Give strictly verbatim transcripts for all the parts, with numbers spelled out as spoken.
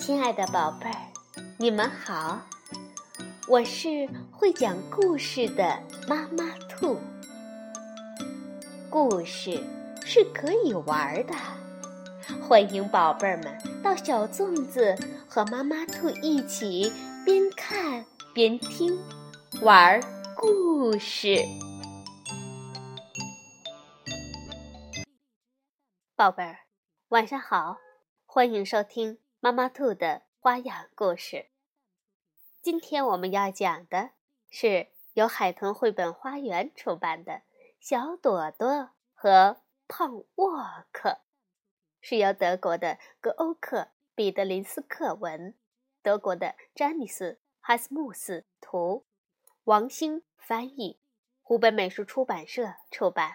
亲爱的宝贝儿，你们好，我是会讲故事的妈妈兔。故事是可以玩的，欢迎宝贝儿们到小粽子和妈妈兔一起边看边听，玩故事。宝贝儿，晚上好，欢迎收听妈妈兔的花样故事。今天我们要讲的是由海豚绘本花园出版的《小朵朵和胖沃克》，是由德国的格欧克·彼得林斯克文，德国的詹妮斯·哈斯穆斯图，王星翻译，湖北美术出版社出版。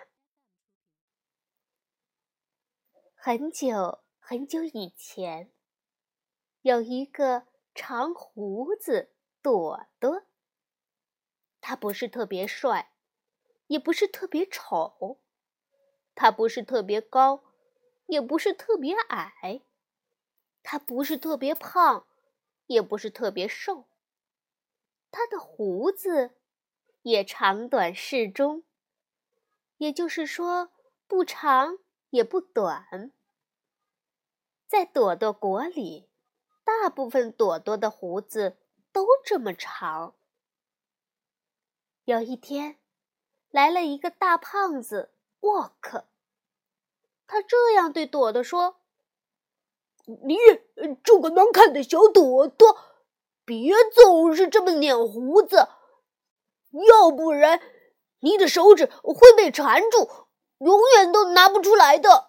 很久很久以前，有一个长胡子朵朵，他不是特别帅，也不是特别丑，他不是特别高，也不是特别矮，他不是特别胖，也不是特别瘦，他的胡子也长短适中，也就是说不长也不短。在朵朵国里，大部分朵朵的胡子都这么长。有一天，来了一个大胖子沃克，他这样对朵朵说：“ 你这个难看的小朵朵，别总是这么捻胡子，要不然你的手指会被缠住，永远都拿不出来的。”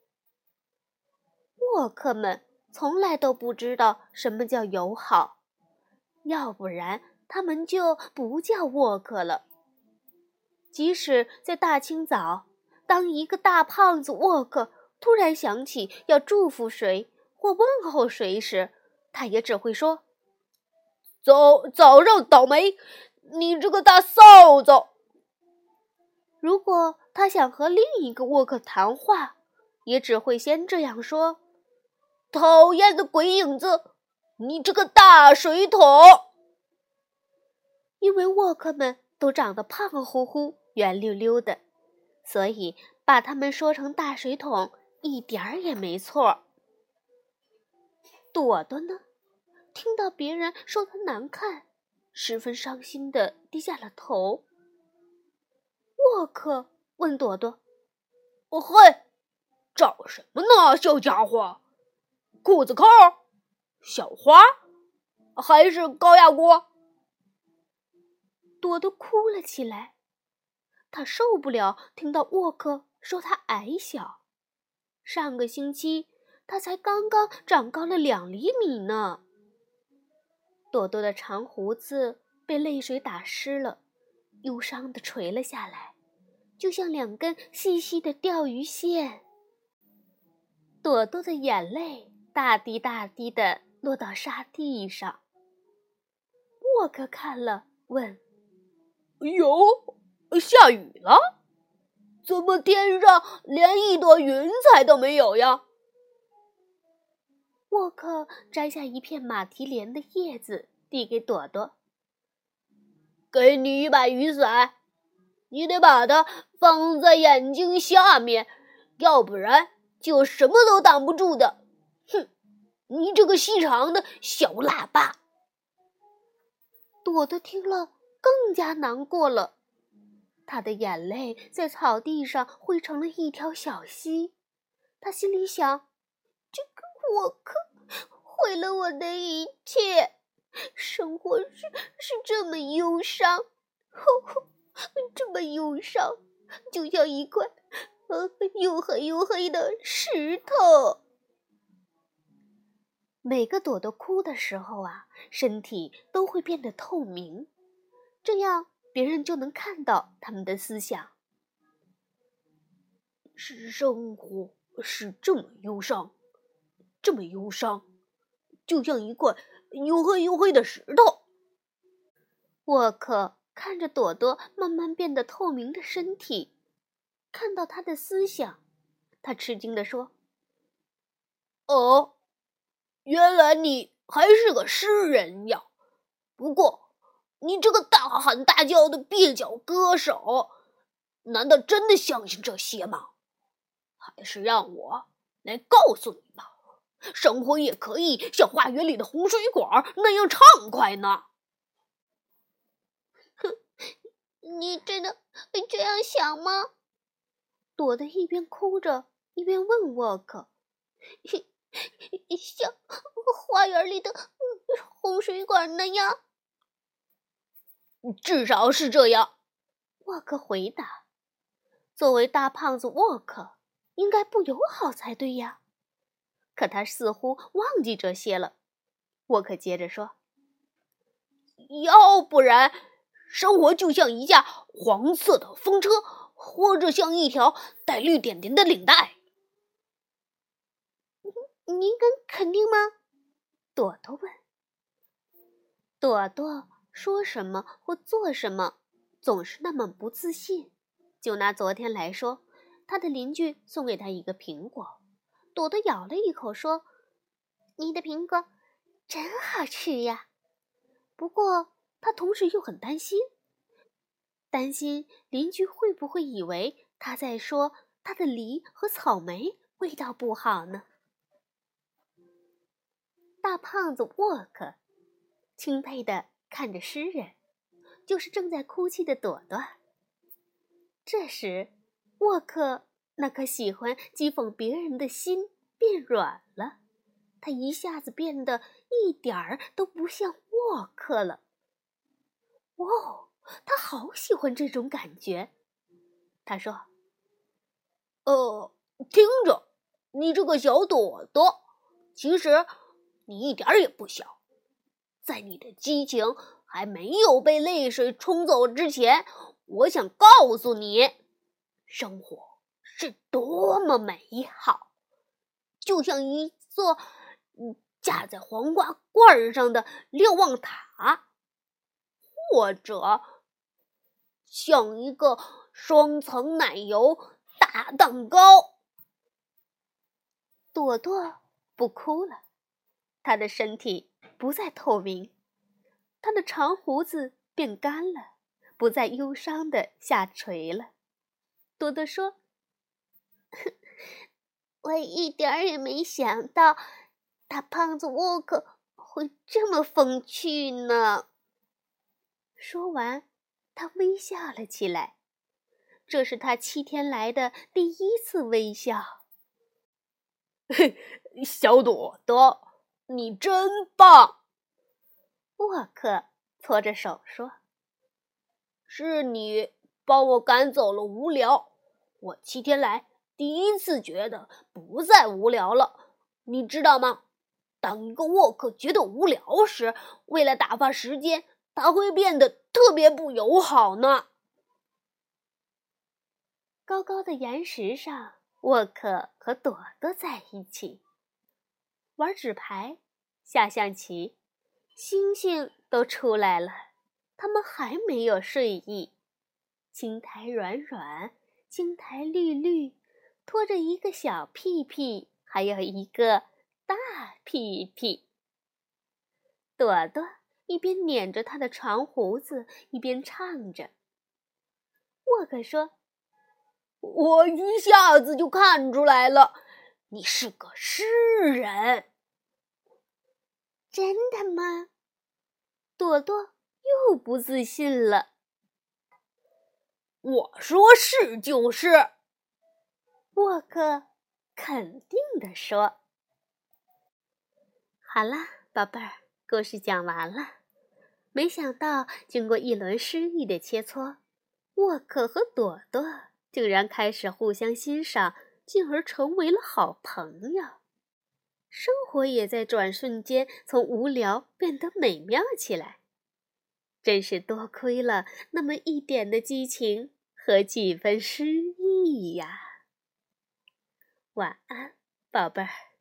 沃克们从来都不知道什么叫友好，要不然他们就不叫沃克了。即使在大清早，当一个大胖子沃克突然想起要祝福谁或问候谁时，他也只会说：“ 早早上倒霉，你这个大扫帚。” 如果他想和另一个沃克谈话，也只会先这样说：“ 讨厌的鬼影子，你这个大水桶。” 因为沃克们都长得胖乎乎、圆溜溜的，所以把他们说成大水桶一点儿也没错。朵朵呢，听到别人说他难看，十分伤心地低下了头。沃克问朵朵：“ 哦嘿，找什么呢，小家伙？裤子扣、小花，还是高压锅？” 朵朵哭了起来，她受不了听到沃克说她矮小。上个星期，她才刚刚长高了两厘米呢。朵朵的长胡子被泪水打湿了，忧伤地垂了下来，就像两根细细的钓鱼线。朵朵的眼泪大滴大滴地落到沙地上。沃克看了，问：“ 哟，下雨了？怎么天上连一朵云彩都没有呀？” 沃克摘下一片马蹄莲的叶子，递给朵朵：“ 给你一把雨伞，你得把它放在眼睛下面，要不然就什么都挡不住的。哼，你这个细长的小喇叭。” 朵朵听了更加难过了，她的眼泪在草地上汇成了一条小溪。她心里想：这个沃克毁了我的一切，生活是是这么忧伤，呵呵，这么忧伤，就像一块呃又黑又黑的石头。每个朵朵哭的时候啊，身体都会变得透明，这样别人就能看到他们的思想。 是生活是这么忧伤，这么忧伤，就像一块又黑又黑的石头。 沃克看着朵朵慢慢变得透明的身体，看到她的思想，他吃惊地说：“ 哦， 原来你还是个诗人呀！不过，你这个大喊大叫的蹩脚歌手，难道真的相信这些吗？还是让我来告诉你吧，生活也可以像花园里的洪水管那样畅快呢。 哼，你真的会这样想吗？朵朵一边哭着一边问沃克。像花园里的洪水管那样？ 至少是这样， 沃克回答。作为大胖子沃克，应该不友好才对呀。可他似乎忘记这些了。沃克接着说： 要不然，生活就像一架黄色的风车，或者像一条带绿点点的领带。 你敢肯定吗？朵朵问。朵朵说什么或做什么总是那么不自信。就拿昨天来说，他的邻居送给他一个苹果，朵朵咬了一口说：你的苹果真好吃呀。不过他同时又很担心，担心邻居会不会以为他在说他的梨和草莓味道不好呢。大胖子沃克钦佩地看着诗人，就是正在哭泣的朵朵。这时，沃克那颗喜欢讥讽别人的心变软了，他一下子变得一点儿都不像沃克了。哦，他好喜欢这种感觉。他说： 呃，听着，你这个小朵朵，其实你一点也不小。在你的激情还没有被泪水冲走之前，我想告诉你，生活是多么美好，就像一座架在黄瓜罐上的瞭望塔，或者像一个双层奶油大蛋糕。 朵朵不哭了，她的身体不再透明，她的长胡子变干了，不再忧伤地下垂了。朵朵说：我一点也没想到大胖子沃克会这么风趣呢。说完，他微笑了起来，这是他七天来的第一次微笑。 嘿，小朵朵，你真棒！ 沃克搓着手说： 是你帮我赶走了无聊，我七天来第一次觉得不再无聊了。你知道吗？当一个沃克觉得无聊时，为了打发时间，他会变得特别不友好呢。 高高的岩石上，沃克和朵朵在一起玩纸牌、下象棋，星星都出来了，他们还没有睡意。青苔软软，青苔绿绿，拖着一个小屁屁，还有一个大屁屁。朵朵一边捻着他的长胡子，一边唱着。沃克说： 我一下子就看出来了，你是个诗人。 真的吗？朵朵又不自信了。 我说是就是。 沃克肯定地说。好啦，宝贝儿，故事讲完了。没想到经过一轮诗意的切磋，沃克和朵朵竟然开始互相欣赏，进而成为了好朋友。生活也在转瞬间从无聊变得美妙起来。真是多亏了那么一点的激情和几分诗意呀！晚安，宝贝儿。